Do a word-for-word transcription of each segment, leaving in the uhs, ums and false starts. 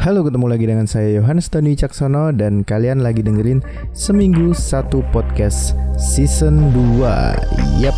Halo, ketemu lagi dengan saya Yohanes Tony Caksono dan kalian lagi dengerin Seminggu Satu Podcast Season dua. Yap.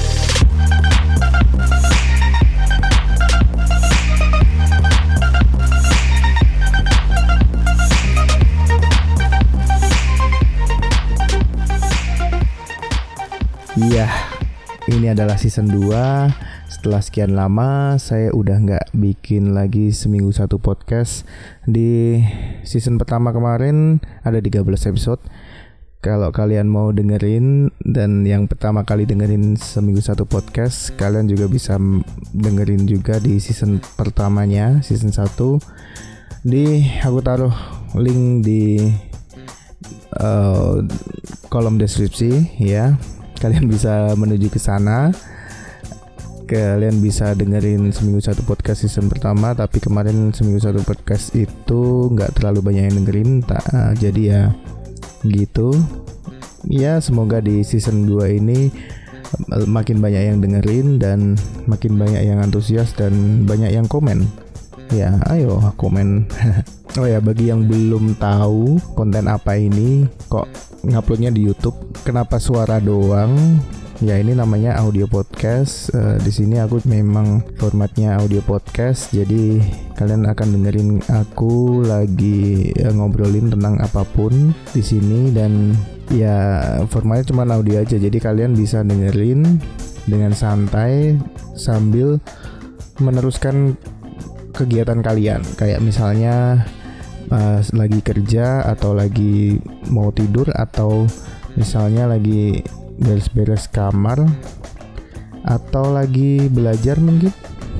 Iya, ini adalah season dua. Setelah sekian lama saya udah gak bikin lagi Seminggu Satu Podcast. Di season pertama kemarin ada tiga belas episode. Kalau kalian mau dengerin dan yang pertama kali dengerin Seminggu Satu Podcast, kalian juga bisa dengerin juga di season pertamanya, season satu. Di aku taruh link di uh, kolom deskripsi ya. Kalian bisa menuju ke sana. Kalian bisa dengerin Seminggu Satu Podcast season pertama, tapi kemarin Seminggu Satu Podcast itu nggak terlalu banyak yang dengerin, tak, uh, jadi ya gitu. Ya semoga di season dua ini makin banyak yang dengerin dan makin banyak yang antusias dan banyak yang komen. Ya ayo komen. Oh ya, bagi yang belum tahu konten apa ini, kok nguploadnya di YouTube, kenapa suara doang? Ya ini namanya audio podcast. Uh, di sini aku memang formatnya audio podcast. Jadi kalian akan dengerin aku lagi uh, ngobrolin tentang apapun di sini dan ya formatnya cuma audio aja. Jadi kalian bisa dengerin dengan santai sambil meneruskan kegiatan kalian. Kayak misalnya uh, lagi kerja atau lagi mau tidur atau misalnya lagi beres-beres kamar atau lagi belajar mungkin.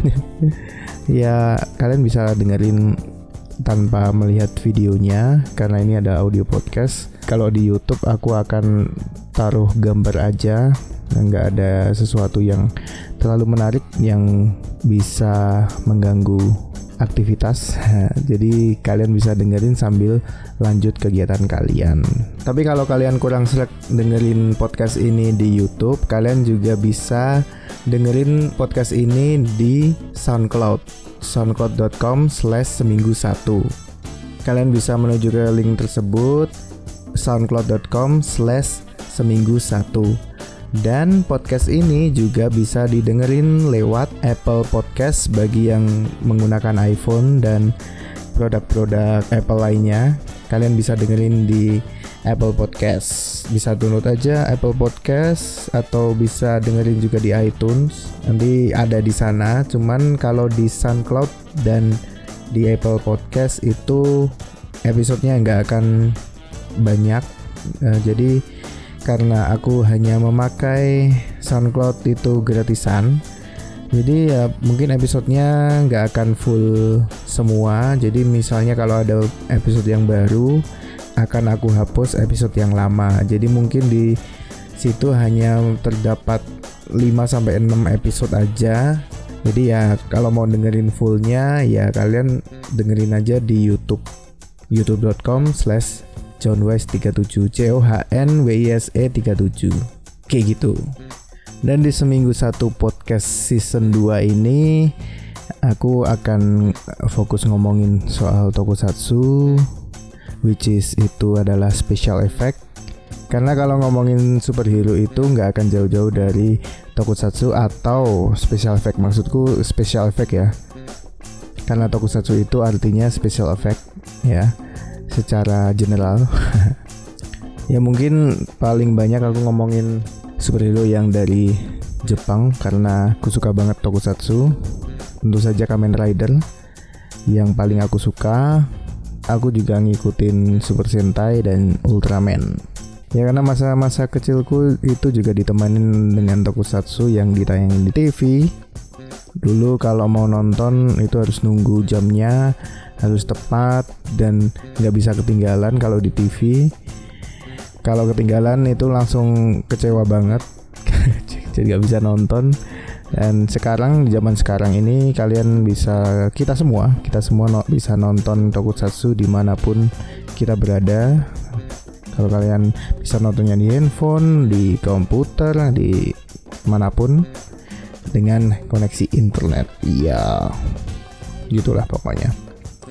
Ya kalian bisa dengerin tanpa melihat videonya karena ini ada audio podcast. Kalau di YouTube aku akan taruh gambar aja, nggak ada sesuatu yang terlalu menarik yang bisa mengganggu aktivitas. Jadi kalian bisa dengerin sambil lanjut kegiatan kalian. Tapi kalau kalian kurang sreg dengerin podcast ini di YouTube, kalian juga bisa dengerin podcast ini di SoundCloud, soundcloud dot com slash seminggu satu. Kalian bisa menuju ke link tersebut, soundcloud dot com slash seminggu satu. Dan podcast ini juga bisa didengerin lewat Apple Podcast bagi yang menggunakan iPhone dan produk-produk Apple lainnya. Kalian bisa dengerin di Apple Podcast. Bisa download aja Apple Podcast atau bisa dengerin juga di iTunes. Nanti ada di sana. Cuman kalau di SoundCloud dan di Apple Podcast itu episodenya nggak akan banyak. Uh, jadi karena aku hanya memakai SoundCloud itu gratisan, jadi ya mungkin episodenya nggak akan full semua. Jadi misalnya kalau ada episode yang baru akan aku hapus episode yang lama. Jadi mungkin di situ hanya terdapat lima sampai enam episode aja. Jadi ya kalau mau dengerin fullnya ya kalian dengerin aja di YouTube, youtube dot com slash johnwise tiga tujuh, C O H N W I S E tiga tujuh. Kayak gitu. Dan di Seminggu Satu Podcast season dua ini aku akan fokus ngomongin soal tokusatsu, which is itu adalah special effect. Karena kalau ngomongin superhero itu nggak akan jauh-jauh dari tokusatsu atau special effect. Maksudku special effect ya, karena tokusatsu itu artinya special effect ya, secara general. Ya mungkin paling banyak aku ngomongin superhero yang dari Jepang karena aku suka banget tokusatsu. Tentu saja Kamen Rider yang paling aku suka. Aku juga ngikutin Super Sentai dan Ultraman. Ya karena masa-masa kecilku itu juga ditemanin dengan tokusatsu yang ditayangin di T V. Dulu kalau mau nonton itu harus nunggu jamnya, harus tepat dan nggak bisa ketinggalan kalau di T V. Kalau ketinggalan itu langsung kecewa banget, jadi nggak bisa nonton. Dan sekarang di zaman sekarang ini kalian bisa, kita semua, kita semua no, bisa nonton tokusatsu dimanapun kita berada. Kalau kalian bisa nontonnya di handphone, di komputer, di manapun dengan koneksi internet. Iya, gitulah pokoknya.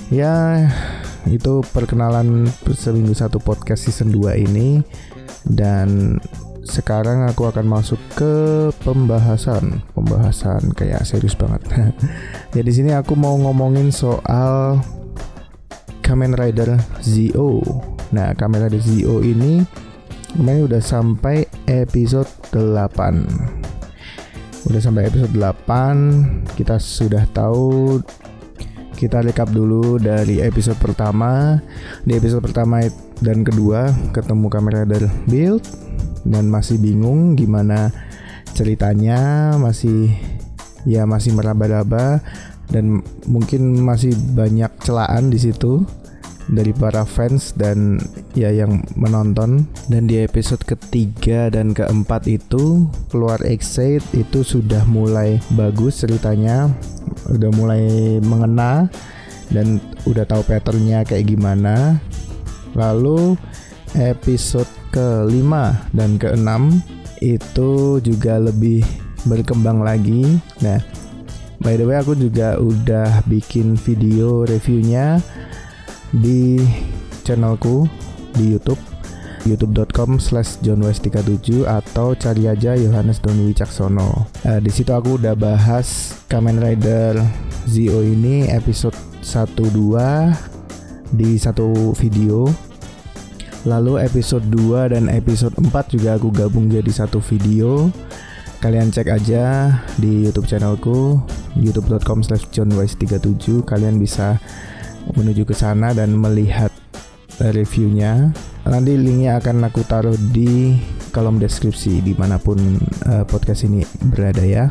Ya, itu perkenalan Seminggu Satu Podcast season dua ini. Dan sekarang aku akan masuk ke pembahasan Pembahasan kayak serius banget. Ya, di sini aku mau ngomongin soal Kamen Rider Zi-O. Nah, Kamen Rider Zi-O ini kemarin udah sampai episode delapan. Udah sampai episode delapan. Kita sudah tahu. Kita recap dulu dari episode pertama. Di episode pertama dan kedua ketemu Kamen Rider Build dan masih bingung gimana ceritanya, masih ya masih meraba-raba dan mungkin masih banyak celaan di situ dari para fans dan ya yang menonton. Dan di episode ketiga dan keempat itu keluar Excite, itu sudah mulai bagus ceritanya, udah mulai mengena dan udah tahu patternnya kayak gimana. Lalu episode kelima dan keenam itu juga lebih berkembang lagi. Nah, by the way aku juga udah bikin video reviewnya di channelku di YouTube youtube dot com slash john west tiga tujuh atau cari aja Yohanes Doni Wicaksono. Uh, di situ aku udah bahas Kamen Rider Zi-O ini episode satu dua di satu video. Lalu episode dua dan episode empat juga aku gabung jadi satu video. Kalian cek aja di YouTube channelku youtube dot com slash john west tiga tujuh. Kalian bisa menuju ke sana dan melihat reviewnya. Nanti linknya akan aku taruh di kolom deskripsi dimanapun uh, podcast ini berada ya.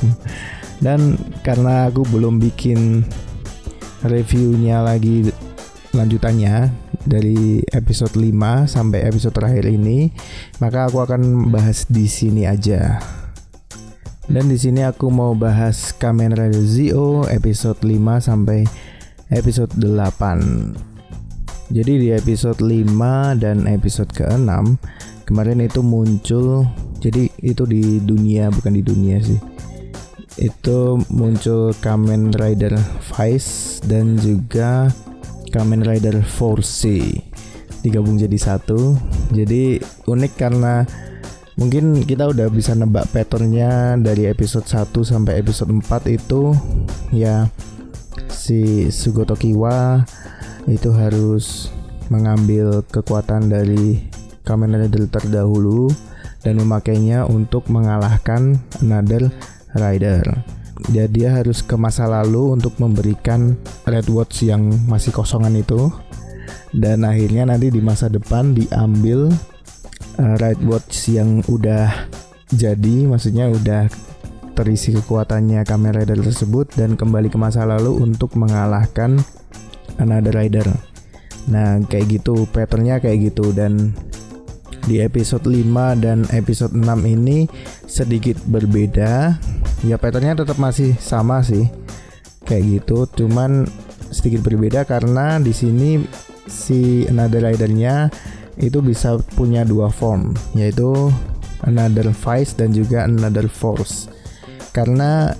Dan karena aku belum bikin reviewnya lagi lanjutannya dari episode lima sampai episode terakhir ini, maka aku akan bahas di sini aja. Dan di sini aku mau bahas Kamen Rider Zi-O episode lima sampai episode delapan. Jadi di episode lima dan episode keenam kemarin itu muncul, jadi itu di dunia, bukan di dunia sih. Itu muncul Kamen Rider Vice dan juga Kamen Rider Force digabung jadi satu. Jadi unik karena mungkin kita udah bisa nebak patternnya dari episode satu sampai episode empat itu ya. Si Sugoto Kiwa itu harus mengambil kekuatan dari Kamen Rider terdahulu dan memakainya untuk mengalahkan another rider. Jadi dia harus ke masa lalu untuk memberikan Red Watch yang masih kosongan itu, dan akhirnya nanti di masa depan diambil uh, Red Watch yang udah jadi, maksudnya udah terisi kekuatannya Kamen Rider tersebut dan kembali ke masa lalu untuk mengalahkan another rider. Nah, kayak gitu patternnya kayak gitu. Dan di episode lima dan episode enam ini sedikit berbeda. Ya patternnya tetap masih sama sih kayak gitu, cuman sedikit berbeda karena di sini si another ridernya itu bisa punya dua form, yaitu another Vice dan juga another Force. Karena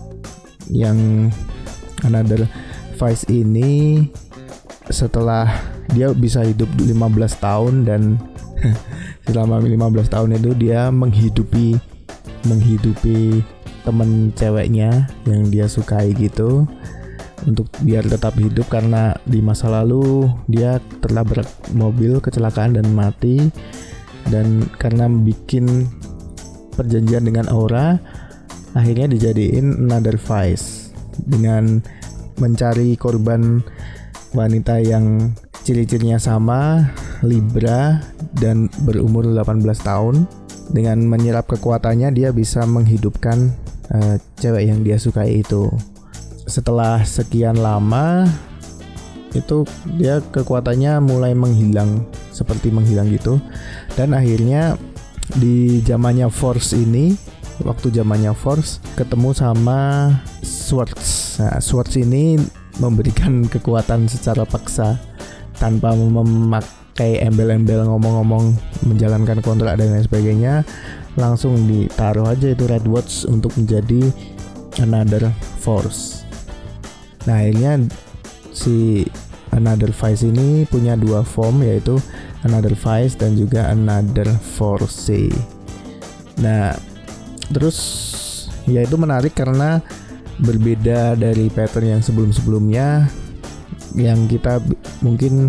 yang another Vice ini setelah dia bisa hidup lima belas tahun dan selama lima belas tahun itu dia menghidupi menghidupi temen ceweknya yang dia sukai gitu untuk biar tetap hidup, karena di masa lalu dia tertabrak mobil kecelakaan dan mati, dan karena bikin perjanjian dengan Aura akhirnya dijadiin another Vice dengan mencari korban wanita yang ciri-cirinya sama, Libra dan berumur delapan belas tahun. Dengan menyerap kekuatannya dia bisa menghidupkan uh, cewek yang dia sukai itu. Setelah sekian lama itu dia kekuatannya mulai menghilang, seperti menghilang gitu. Dan akhirnya di zamannya Force ini, waktu zamannya Force ketemu sama Swords. Nah, Swords ini memberikan kekuatan secara paksa tanpa memakai embel-embel ngomong-ngomong menjalankan kontrak dan lain sebagainya, langsung ditaruh aja itu Red Watch untuk menjadi another Force. Nah, akhirnya si Another Vice ini punya dua form, yaitu Another Vice dan juga Another Force. Nah, terus ya itu menarik karena berbeda dari pattern yang sebelum-sebelumnya yang kita b- mungkin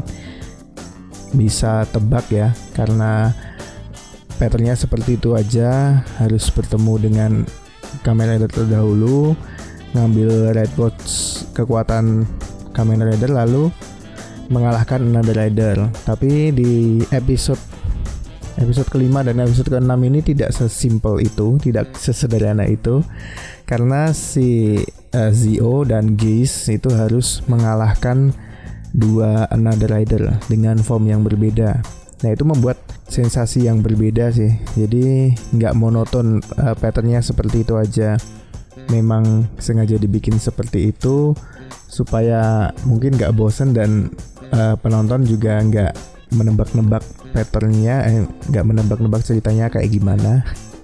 bisa tebak ya, karena patternnya seperti itu aja, harus bertemu dengan Kamen Rider terdahulu, ngambil Red Watch kekuatan Kamen Rider lalu mengalahkan Another Rider. Tapi di episode episode kelima dan episode keenam ini tidak sesimpel itu, tidak sesederhana itu, karena si uh, Zio dan Geese itu harus mengalahkan dua Another Rider dengan form yang berbeda. Nah, itu membuat sensasi yang berbeda sih. Jadi nggak monoton, uh, patternnya seperti itu aja. Memang sengaja dibikin seperti itu supaya mungkin nggak bosan dan uh, penonton juga nggak menebak-nebak patternnya, eh, nggak menebak-nebak ceritanya kayak gimana.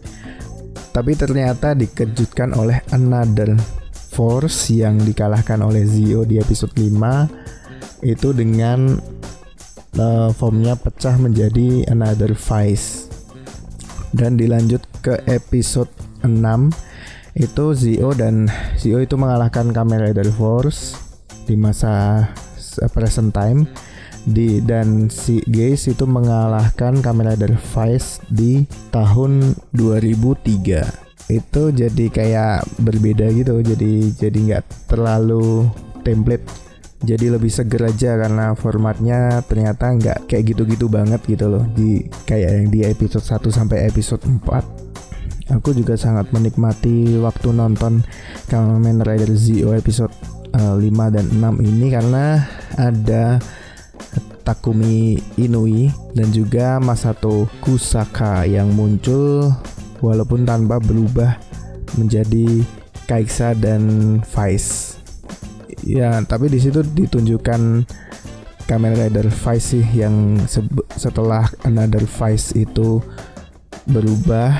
Tapi ternyata dikejutkan oleh Another Force yang dikalahkan oleh Zio di episode lima itu dengan uh, formnya pecah menjadi Another Vice. Dan dilanjut ke episode enam, itu Zio dan Zio itu mengalahkan Kamen Rider Force di masa present time, di dan si Geese itu mengalahkan Kamen Rider Vice di tahun dua ribu tiga. Itu jadi kayak berbeda gitu, jadi jadi nggak terlalu template, jadi lebih seger aja karena formatnya ternyata nggak kayak gitu-gitu banget gitu loh, di kayak yang di episode satu sampai episode empat. Aku juga sangat menikmati waktu nonton Kamen Rider Zio episode uh, lima dan enam ini karena ada Takumi Inui dan juga Masato Kusaka yang muncul walaupun tanpa berubah menjadi Kaixa dan Vice. Ya, tapi di situ ditunjukkan Kamen Rider Vice sih yang se- setelah Another Vice itu berubah,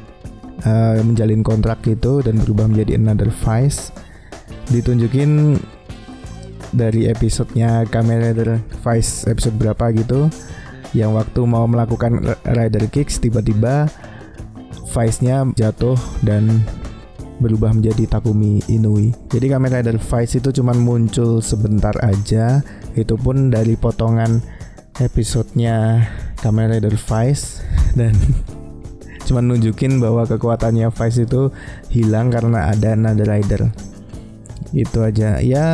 uh, menjalin kontrak gitu dan berubah menjadi Another Vice. Ditunjukin dari episodenya Kamen Rider Vice episode berapa gitu, yang waktu mau melakukan Rider Kicks tiba-tiba Vice-nya jatuh dan berubah menjadi Takumi Inui. Jadi Kamen Rider Vice itu cuma muncul sebentar aja, itu pun dari potongan episodenya Kamen Rider Vice, dan cuma nunjukin bahwa kekuatannya Vice itu hilang karena ada Another Rider. Itu aja. Ya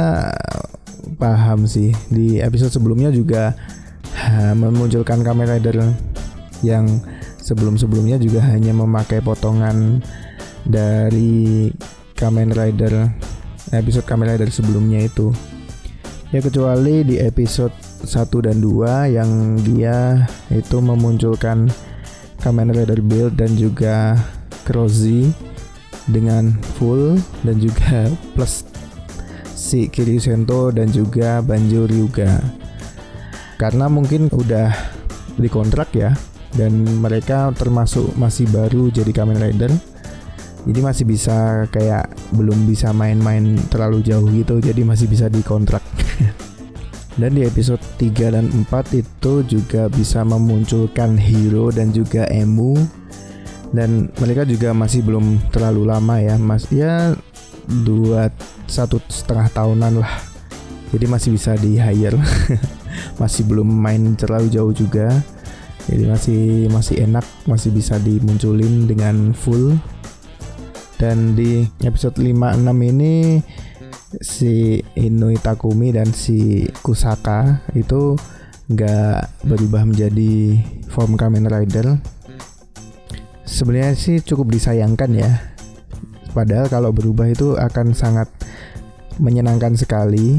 paham sih. Di episode sebelumnya juga ha, memunculkan Kamen Rider yang sebelum-sebelumnya juga hanya memakai potongan dari Kamen Rider episode Kamen Rider sebelumnya itu. Ya kecuali di episode satu dan dua yang dia itu memunculkan Kamen Rider Build dan juga Crozy dengan full dan juga plus si Kiryu Sento dan juga Banjo Ryuga. Karena mungkin udah dikontrak ya, dan mereka termasuk masih baru jadi Kamen Rider, jadi masih bisa kayak belum bisa main-main terlalu jauh gitu, jadi masih bisa dikontrak. Dan di episode tiga dan empat itu juga bisa memunculkan Hiro dan juga Emu, dan mereka juga masih belum terlalu lama ya, mas ya dua satu setengah tahunan lah, jadi masih bisa di hire. Masih belum main terlalu jauh juga, jadi masih masih enak, masih bisa dimunculin dengan full. Dan di episode lima enam ini si Inui Takumi dan si Kusaka itu nggak berubah menjadi form Kamen Rider. Sebenarnya sih cukup disayangkan ya, padahal kalau berubah itu akan sangat menyenangkan sekali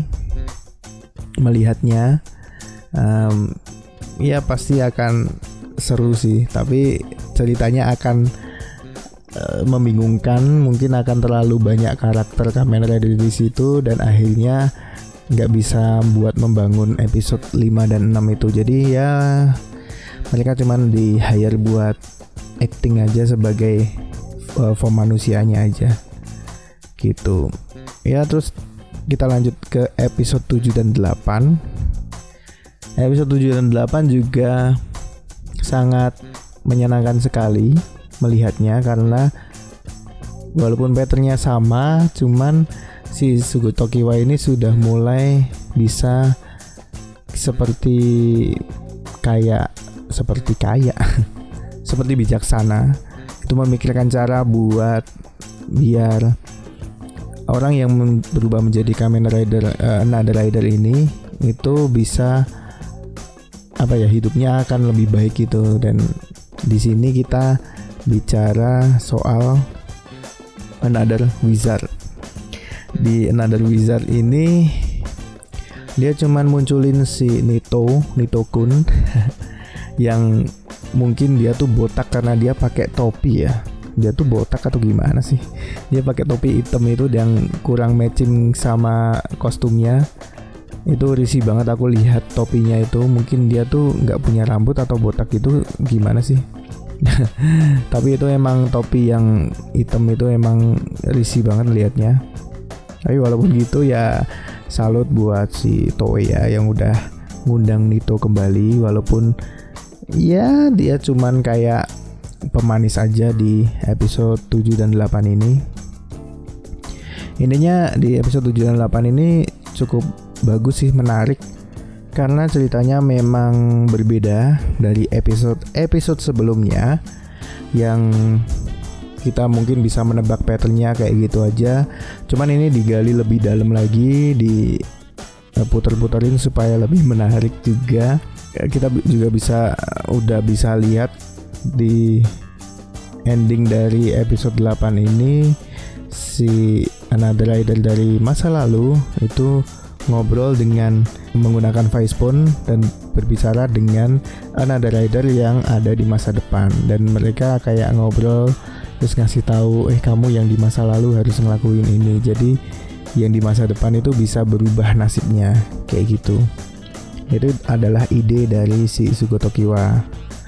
melihatnya. Um, ya pasti akan seru sih, tapi ceritanya akan uh, membingungkan. Mungkin akan terlalu banyak karakter Kamen Rider di situ dan akhirnya nggak bisa buat membangun episode lima dan enam itu. Jadi ya mereka cuman di hire buat acting aja sebagai uh, form manusianya aja gitu. Ya terus kita lanjut ke episode tujuh dan delapan. Episode tujuh dan delapan juga sangat menyenangkan sekali melihatnya, karena walaupun patternnya sama, cuman si Sugo Tokiwa ini sudah mulai bisa seperti kayak seperti kaya seperti bijaksana. Itu memikirkan cara buat biar orang yang berubah menjadi Kamen Rider uh, Another Rider ini itu bisa apa ya, hidupnya akan lebih baik gitu. Dan di sini kita bicara soal Another Wizard. Di Another Wizard ini dia cuman munculin si Nito, Nito-kun yang mungkin dia tuh botak karena dia pakai topi ya. Dia tuh botak atau gimana sih? Dia pakai topi hitam itu yang kurang matching sama kostumnya. Itu risih banget aku lihat topinya itu. Mungkin dia tuh nggak punya rambut atau botak itu gimana sih? Tapi itu emang topi yang hitam itu emang risih banget liatnya. Tapi walaupun gitu ya salut buat si Toei ya yang udah ngundang Nito kembali, walaupun ya dia cuman kayak pemanis aja di episode tujuh dan delapan ini. Intinya di episode tujuh dan delapan ini cukup bagus sih, menarik karena ceritanya memang berbeda dari episode-episode sebelumnya yang kita mungkin bisa menebak patternnya kayak gitu aja. Cuman ini digali lebih dalam lagi, diputer-puterin supaya lebih menarik juga. Kita juga bisa udah bisa lihat di ending dari episode delapan ini si Another Rider dari masa lalu itu ngobrol dengan menggunakan voice phone dan berbicara dengan Another Rider yang ada di masa depan, dan mereka kayak ngobrol terus ngasih tahu eh kamu yang di masa lalu harus ngelakuin ini, jadi yang di masa depan itu bisa berubah nasibnya kayak gitu. Itu adalah ide dari si Sugo Tokiwa.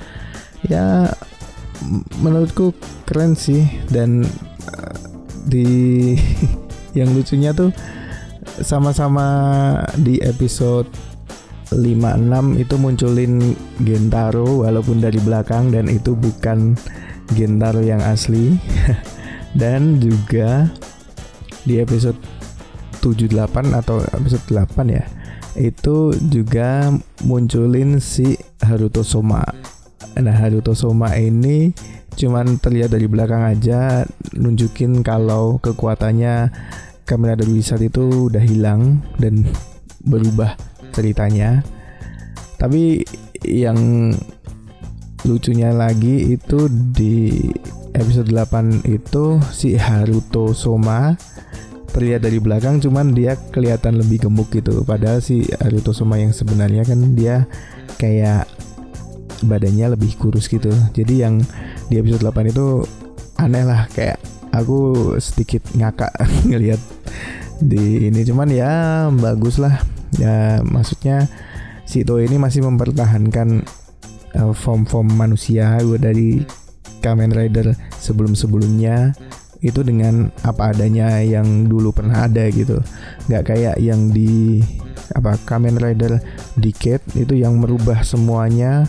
Ya menurutku keren sih, dan uh, di yang lucunya tuh sama-sama di episode lima enam itu munculin Gentaro walaupun dari belakang, dan itu bukan Gentaro yang asli. Dan juga di episode tujuh delapan atau episode delapan ya, itu juga munculin si Haruto Soma. Nah, Haruto Soma ini cuman terlihat dari belakang aja, nunjukin kalau kekuatannya Kamen Rider Wizard itu udah hilang dan berubah ceritanya. Tapi yang lucunya lagi itu di episode delapan itu si Haruto Soma terlihat dari belakang, cuman dia kelihatan lebih gemuk gitu. Padahal si Haruto Soma yang sebenarnya kan dia kayak badannya lebih kurus gitu. Jadi yang di episode delapan itu aneh lah, kayak aku sedikit ngakak ngelihat di ini. Cuman ya bagus lah ya, maksudnya si Toei ini masih mempertahankan uh, form-form manusia dari Kamen Rider sebelum-sebelumnya itu dengan apa adanya yang dulu pernah ada gitu. Nggak kayak yang di apa Kamen Rider Decade itu yang merubah semuanya.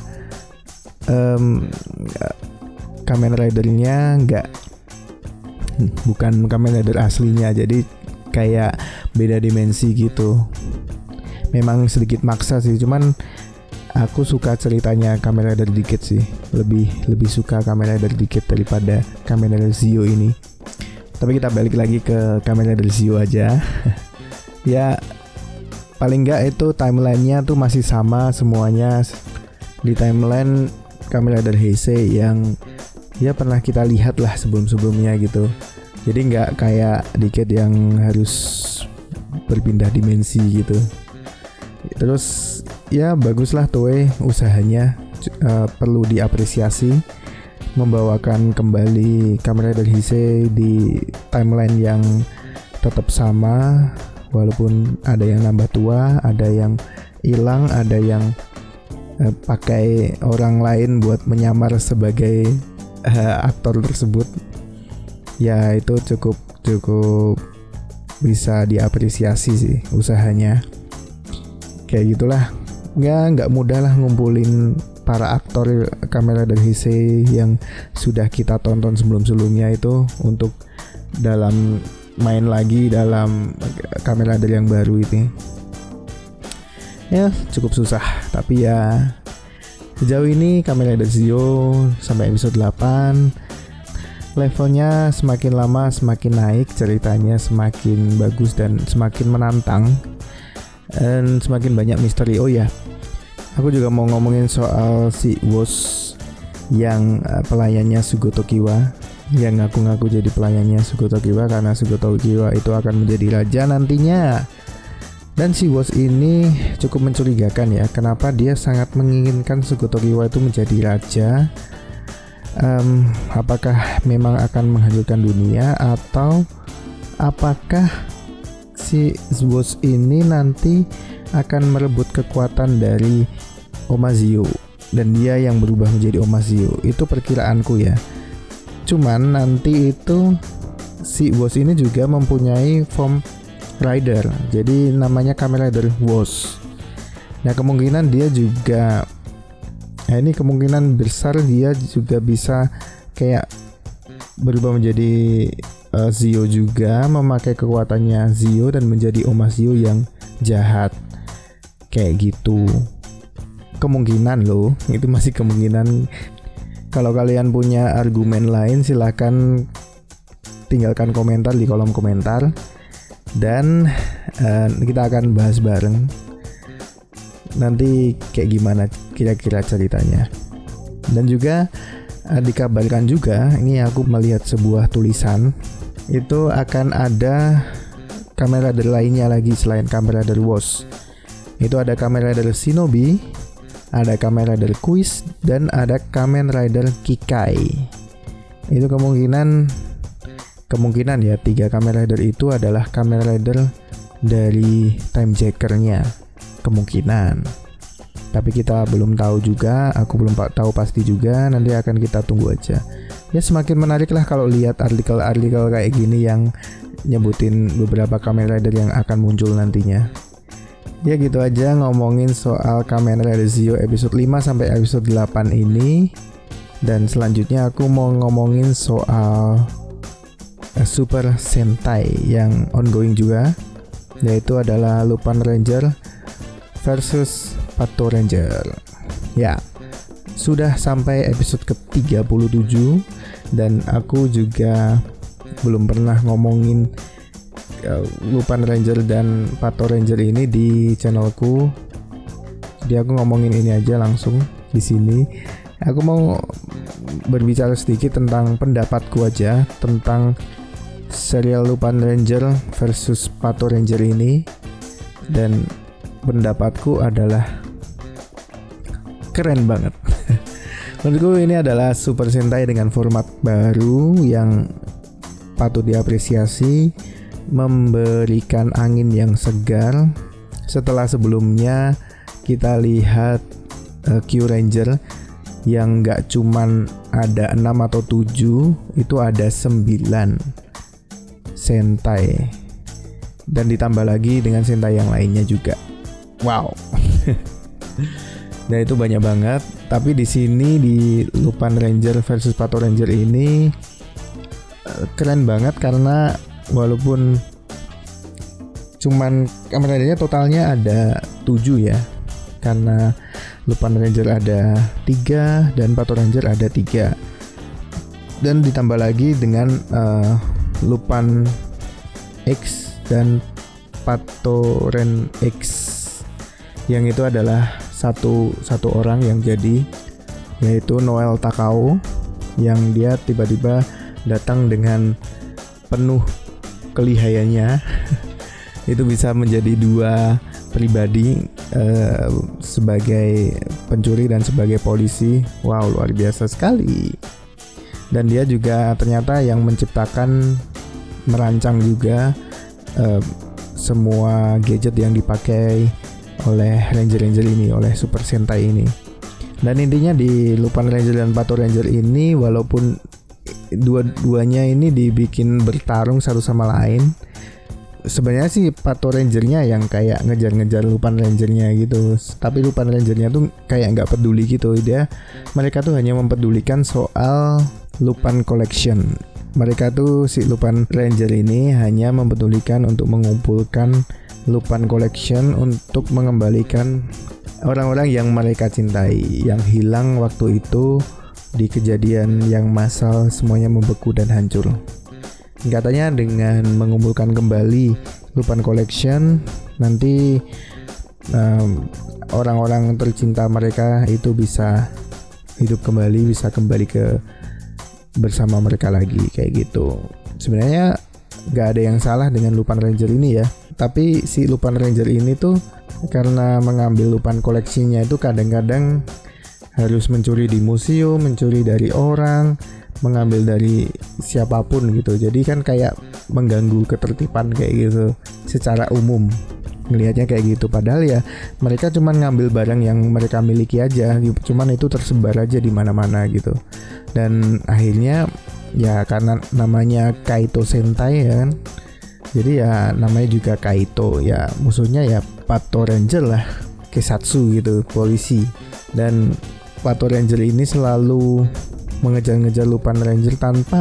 um, Kamen Ridernya nggak bukan Kamen Rider aslinya, jadi kayak beda dimensi gitu. Memang sedikit maksa sih, cuman aku suka ceritanya Kamen Rider Decade sih. Lebih lebih suka Kamen Rider Decade daripada Kamen Rider Zio ini. Tapi kita balik lagi ke Kamen Rider Zio aja. Ya paling enggak itu timelinenya tuh masih sama semuanya. Di timeline Kamen Rider Heisei yang ya pernah kita lihat lah sebelum-sebelumnya gitu. Jadi nggak kayak Decade yang harus berpindah dimensi gitu. Terus ya baguslah Toei usahanya, uh, perlu diapresiasi membawakan kembali Kamen Rider Heisei di timeline yang tetap sama, walaupun ada yang nambah tua, ada yang hilang, ada yang uh, pakai orang lain buat menyamar sebagai uh, aktor tersebut. Ya itu cukup cukup bisa diapresiasi sih usahanya. Kayak gitulah. Nggak nggak mudah lah ngumpulin para aktor Kamen Rider Heisei yang sudah kita tonton sebelum-sebelumnya itu untuk dalam main lagi dalam Kamen Rider yang baru ini. Ya cukup susah, tapi ya sejauh ini Kamen Rider Zio sampai episode delapan levelnya semakin lama semakin naik, ceritanya semakin bagus dan semakin menantang dan semakin banyak misteri. Oh ya, aku juga mau ngomongin soal si Woz yang uh, pelayannya Sugoro Kiwa, yang ngaku-ngaku jadi pelayannya Sugoro Kiwa karena Sugoro Kiwa itu akan menjadi raja nantinya. Dan si Woz ini cukup mencurigakan ya, kenapa dia sangat menginginkan Sugoro Kiwa itu menjadi raja. Um, apakah memang akan menghancurkan dunia, atau apakah si Woz ini nanti akan merebut kekuatan dari Oma Zio dan dia yang berubah menjadi Oma Zio? Itu perkiraanku ya. Cuman nanti itu si Woz ini juga mempunyai form rider, jadi namanya Kamen Rider Woz. Nah kemungkinan dia juga Nah ini kemungkinan besar dia juga bisa kayak berubah menjadi uh, Zio juga, memakai kekuatannya Zio dan menjadi Oma Zio yang jahat. Kayak gitu. Kemungkinan loh, itu masih kemungkinan. Kalau kalian punya argumen lain silahkan tinggalkan komentar di kolom komentar. Dan uh, kita akan bahas bareng nanti kayak gimana kira-kira ceritanya. Dan juga uh, dikabarkan juga, ini aku melihat sebuah tulisan, itu akan ada Kamen Rider lainnya lagi selain Kamen Rider Woz. Itu ada Kamen Rider Shinobi, ada Kamen Rider Quiz, dan ada Kamen Rider Kikai. Itu kemungkinan kemungkinan ya tiga Kamen Rider itu adalah Kamen Rider dari Time Jacker-nya. Kemungkinan, tapi kita belum tahu juga, aku belum tahu pasti juga, nanti akan kita tunggu aja. Ya semakin menarik lah kalau lihat artikel-artikel kayak gini yang nyebutin beberapa Kamen Rider yang akan muncul nantinya. Ya gitu aja ngomongin soal Kamen Rider Zio episode lima sampai episode delapan ini. Dan selanjutnya aku mau ngomongin soal uh, Super Sentai yang ongoing juga, yaitu adalah Lupin Ranger versus Pato Ranger. Ya, sudah sampai episode ke tiga puluh tujuh dan aku juga belum pernah ngomongin uh, Lupin Ranger dan Pato Ranger ini di channelku. Jadi aku ngomongin ini aja langsung di sini. Aku mau berbicara sedikit tentang pendapatku aja tentang serial Lupin Ranger versus Pato Ranger ini. Dan pendapatku adalah keren banget. Menurutku ini adalah Super Sentai dengan format baru yang patut diapresiasi, memberikan angin yang segar setelah sebelumnya kita lihat uh, Q Ranger yang gak cuman ada enam atau tujuh, itu ada sembilan Sentai dan ditambah lagi dengan Sentai yang lainnya juga. Wow. Nah itu banyak banget. Tapi di sini di Lupin Ranger versus Pato Ranger ini keren banget karena walaupun cuman Kamen Ridernya totalnya ada tujuh ya, karena Lupin Ranger ada tiga dan Pato Ranger ada tiga, dan ditambah lagi dengan uh, Lupin X dan Pato Ren X, yang itu adalah satu satu orang yang jadi, yaitu Noel Takao, yang dia tiba-tiba datang dengan penuh kelihayannya. Itu bisa menjadi dua pribadi, uh, sebagai pencuri dan sebagai polisi. Wow, luar biasa sekali. Dan dia juga ternyata yang menciptakan, merancang juga uh, semua gadget yang dipakai oleh Ranger-Ranger ini, oleh Super Sentai ini. Dan intinya di Lupin Ranger dan Pato Ranger ini, walaupun dua-duanya ini dibikin bertarung satu sama lain, sebenarnya sih Pato Rangernya yang kayak ngejar-ngejar Lupin Rangernya gitu, tapi Lupin Rangernya tuh kayak nggak peduli gitu. Dia mereka tuh hanya mempedulikan soal Lupin Collection. Mereka tuh si Lupin Ranger ini hanya mempedulikan untuk mengumpulkan Lupin Collection untuk mengembalikan orang-orang yang mereka cintai yang hilang waktu itu di kejadian yang massal, semuanya membeku dan hancur. Katanya dengan mengumpulkan kembali Lupin Collection, nanti um, orang-orang tercinta mereka itu bisa hidup kembali, bisa kembali ke bersama mereka lagi kayak gitu. Sebenarnya nggak ada yang salah dengan Lupin Ranger ini ya, tapi si Lupin Ranger ini tuh karena mengambil Lupin koleksinya itu kadang-kadang harus mencuri di museum, mencuri dari orang, mengambil dari siapapun gitu. Jadi kan kayak mengganggu ketertiban kayak gitu secara umum. Ngelihatnya kayak gitu, padahal ya mereka cuma ngambil barang yang mereka miliki aja, cuman itu tersebar aja di mana-mana gitu. Dan akhirnya ya karena namanya Kaito Sentai ya kan, jadi ya namanya juga Kaito, ya musuhnya ya Pato Ranger lah, Kesatsu gitu, polisi. Dan Pato Ranger ini selalu mengejar-ngejar Lupin Ranger tanpa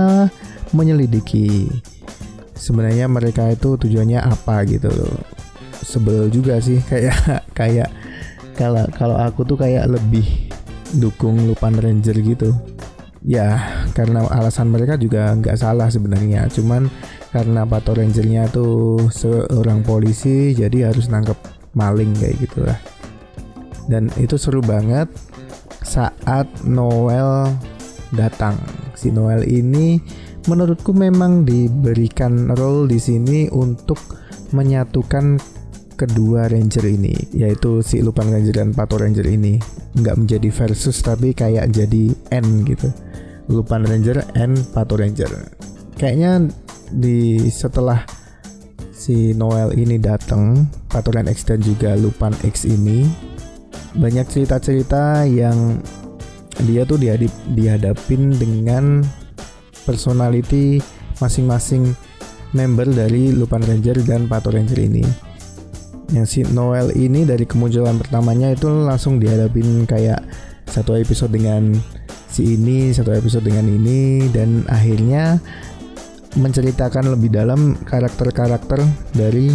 menyelidiki sebenarnya mereka itu tujuannya apa gitu loh. Sebel juga sih, kayak kayak kalau kalau aku tuh kayak lebih dukung Lupin Ranger gitu ya, karena alasan mereka juga nggak salah sebenarnya, cuman karena Pato Rangernya tuh seorang polisi jadi harus nangkep maling kayak gitulah. Dan itu seru banget saat Noel datang. Si Noel ini menurutku memang diberikan role di sini untuk menyatukan kedua Ranger ini, yaitu si Lupin Ranger dan Pato Ranger ini. Nggak menjadi versus tapi kayak jadi N gitu, Lupin Ranger and Pato Ranger. Kayaknya di setelah si Noel ini datang, Pato Ranger X dan juga Lupin X ini, banyak cerita-cerita yang dia tuh dihadap, dihadapin dengan personality masing-masing member dari Lupin Ranger dan Pato Ranger ini. Yang si Noel ini dari kemunculan pertamanya itu langsung dihadapin kayak satu episode dengan si ini, satu episode dengan ini, dan akhirnya menceritakan lebih dalam karakter-karakter dari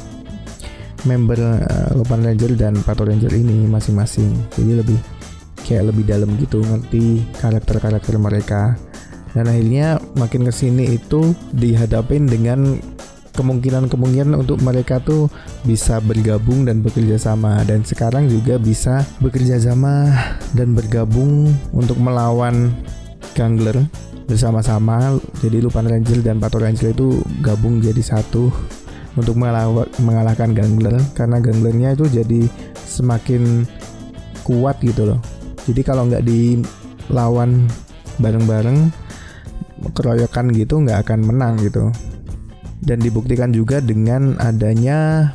member uh, Lupin Ranger dan Pato Ranger ini masing-masing. Jadi lebih kayak lebih dalam gitu, ngerti karakter-karakter mereka. Dan akhirnya makin kesini itu dihadapin dengan kemungkinan-kemungkinan untuk mereka tuh bisa bergabung dan bekerja sama, dan sekarang juga bisa bekerja sama dan bergabung untuk melawan Gangler bersama-sama. Jadi Lupin Ranger dan Pato Ranger itu gabung jadi satu untuk mengalah- mengalahkan Gangler, karena Ganglernya itu jadi semakin kuat gitu loh. Jadi kalau nggak dilawan bareng-bareng, keroyokan gitu nggak akan menang gitu. Dan dibuktikan juga dengan adanya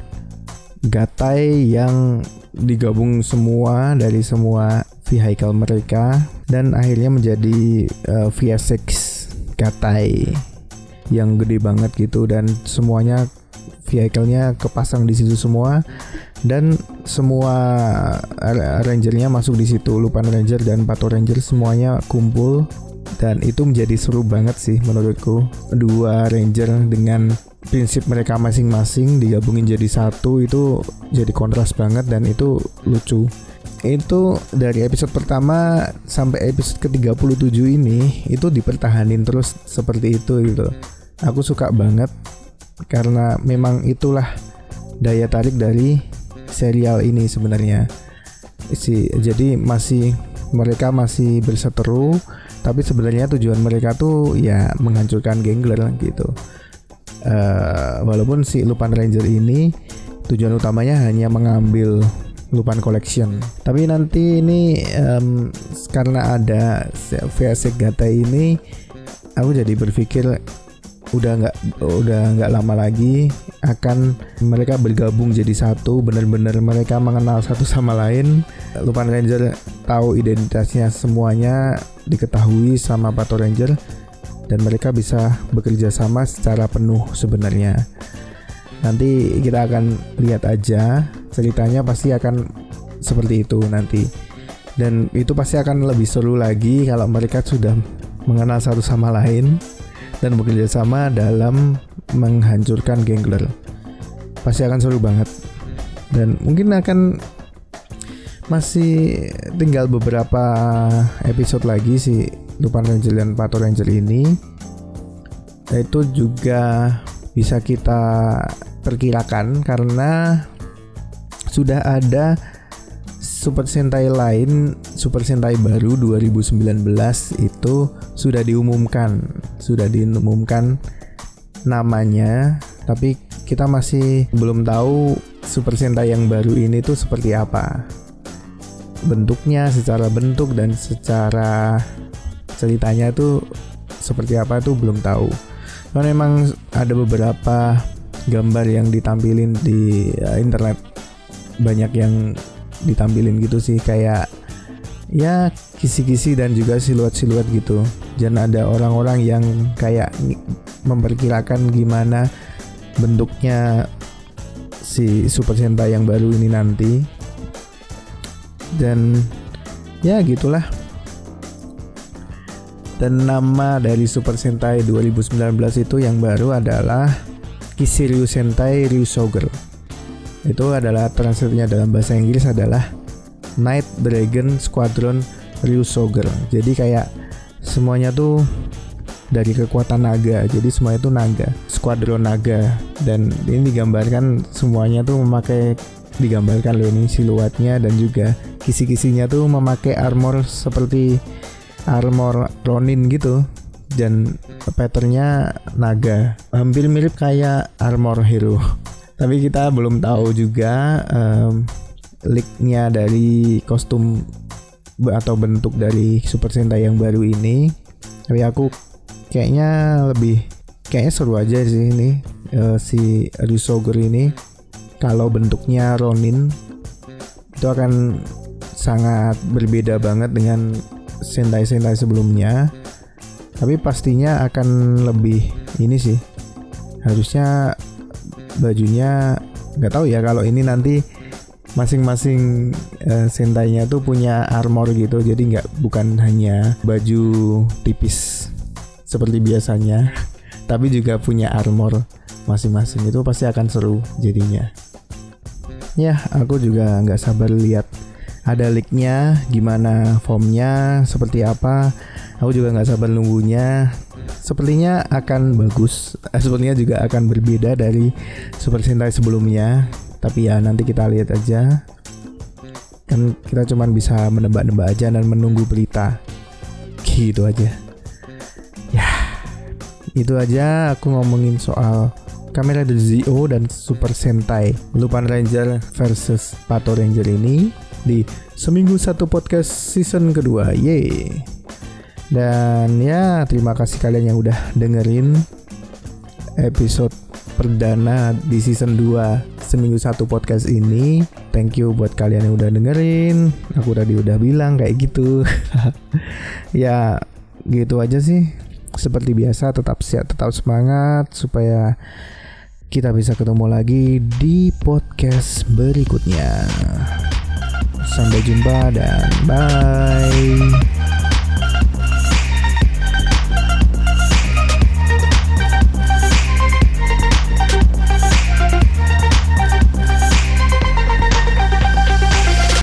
gatai yang digabung semua dari semua vehicle mereka, dan akhirnya menjadi uh, V S X gatai yang gede banget gitu, dan semuanya vehicle-nya kepasang di situ semua, dan semua rangernya masuk di situ. Lupin Ranger dan Pato Ranger semuanya kumpul. Dan itu menjadi seru banget sih menurutku. Dua ranger dengan prinsip mereka masing-masing digabungin jadi satu, itu jadi kontras banget dan itu lucu. Itu dari episode pertama sampai episode ke tiga puluh tujuh ini itu dipertahanin terus seperti itu gitu. Aku suka banget karena memang itulah daya tarik dari serial ini sebenarnya. Si jadi masih mereka masih berseteru, tapi sebenarnya tujuan mereka tuh ya menghancurkan Gangler gitu. Uh, walaupun si Lupin Ranger ini tujuan utamanya hanya mengambil Lupin Collection, tapi nanti ini um, karena ada V S X Gatai ini, aku jadi berpikir udah nggak udah nggak lama lagi akan mereka bergabung jadi satu, benar-benar mereka mengenal satu sama lain. Lupin Ranger tahu identitasnya semuanya, diketahui sama Pato Ranger, dan mereka bisa bekerja sama secara penuh sebenarnya. Nanti kita akan lihat aja, ceritanya pasti akan seperti itu nanti. Dan itu pasti akan lebih seru lagi kalau mereka sudah mengenal satu sama lain dan bekerja sama dalam menghancurkan gangler. Pasti akan seru banget. Dan mungkin akan masih tinggal beberapa episode lagi si Lupin Ranger dan Pato Ranger ini. Itu juga bisa kita perkirakan karena sudah ada Super Sentai lain, Super Sentai baru dua ribu sembilan belas itu sudah diumumkan, sudah diumumkan namanya, tapi kita masih belum tahu Super Sentai yang baru ini tuh seperti apa. Bentuknya, secara bentuk dan secara ceritanya tuh seperti apa tuh belum tahu. Karena memang ada beberapa gambar yang ditampilin di uh, internet, banyak yang ditampilin gitu sih, kayak ya kisi-kisi dan juga siluet-siluet gitu. Dan ada orang-orang yang kayak memperkirakan gimana bentuknya si Super Sentai yang baru ini nanti. Dan ya gitulah. Dan nama dari Super Sentai dua ribu sembilan belas itu yang baru adalah Kishiryu Sentai Ryusoger. Itu adalah translate-nya dalam bahasa Inggris adalah Night Dragon Squadron Ryusoger. Jadi kayak semuanya tuh dari kekuatan naga. Jadi semua itu naga, skuadron naga. Dan ini digambarkan semuanya tuh memakai, digambarkan loh ini siluetnya dan juga kisi-kisinya tuh memakai armor seperti armor Ronin gitu, dan patternnya naga, hampir mirip kayak armor hero. Tapi kita belum tahu juga um, leak-nya dari kostum atau bentuk dari Super Sentai yang baru ini. Tapi aku kayaknya lebih kayaknya seru aja sih ini uh, si Ryusoger ini. Kalau bentuknya Ronin itu akan sangat berbeda banget dengan Sentai-Sentai sebelumnya, tapi pastinya akan lebih ini sih, harusnya bajunya nggak tahu ya, kalau ini nanti masing-masing uh, Sentainya tuh punya armor gitu, jadi nggak bukan hanya baju tipis seperti biasanya, tapi juga punya armor masing-masing. Itu pasti akan seru jadinya. Ya, aku juga nggak sabar lihat ada leak-nya, gimana formnya, seperti apa. Aku juga nggak sabar nunggunya. Sepertinya akan bagus. Eh, sepertinya juga akan berbeda dari Super Sentai sebelumnya. Tapi ya nanti kita lihat aja. Kan kita cuma bisa menebak-nebak aja dan menunggu berita. Gitu aja. Ya, itu aja aku ngomongin soal Kamen Rider Zi-O dan Super Sentai Lupin Ranger versus Pato Ranger ini di Seminggu Satu Podcast season kedua. Yeay. Dan ya terima kasih kalian yang udah dengerin episode perdana di season dua Seminggu Satu Podcast ini. Thank you buat kalian yang udah dengerin. Aku tadi udah bilang kayak gitu. Ya gitu aja sih. Seperti biasa, tetap sehat, tetap semangat supaya kita bisa ketemu lagi di podcast berikutnya. Sampai jumpa dan bye.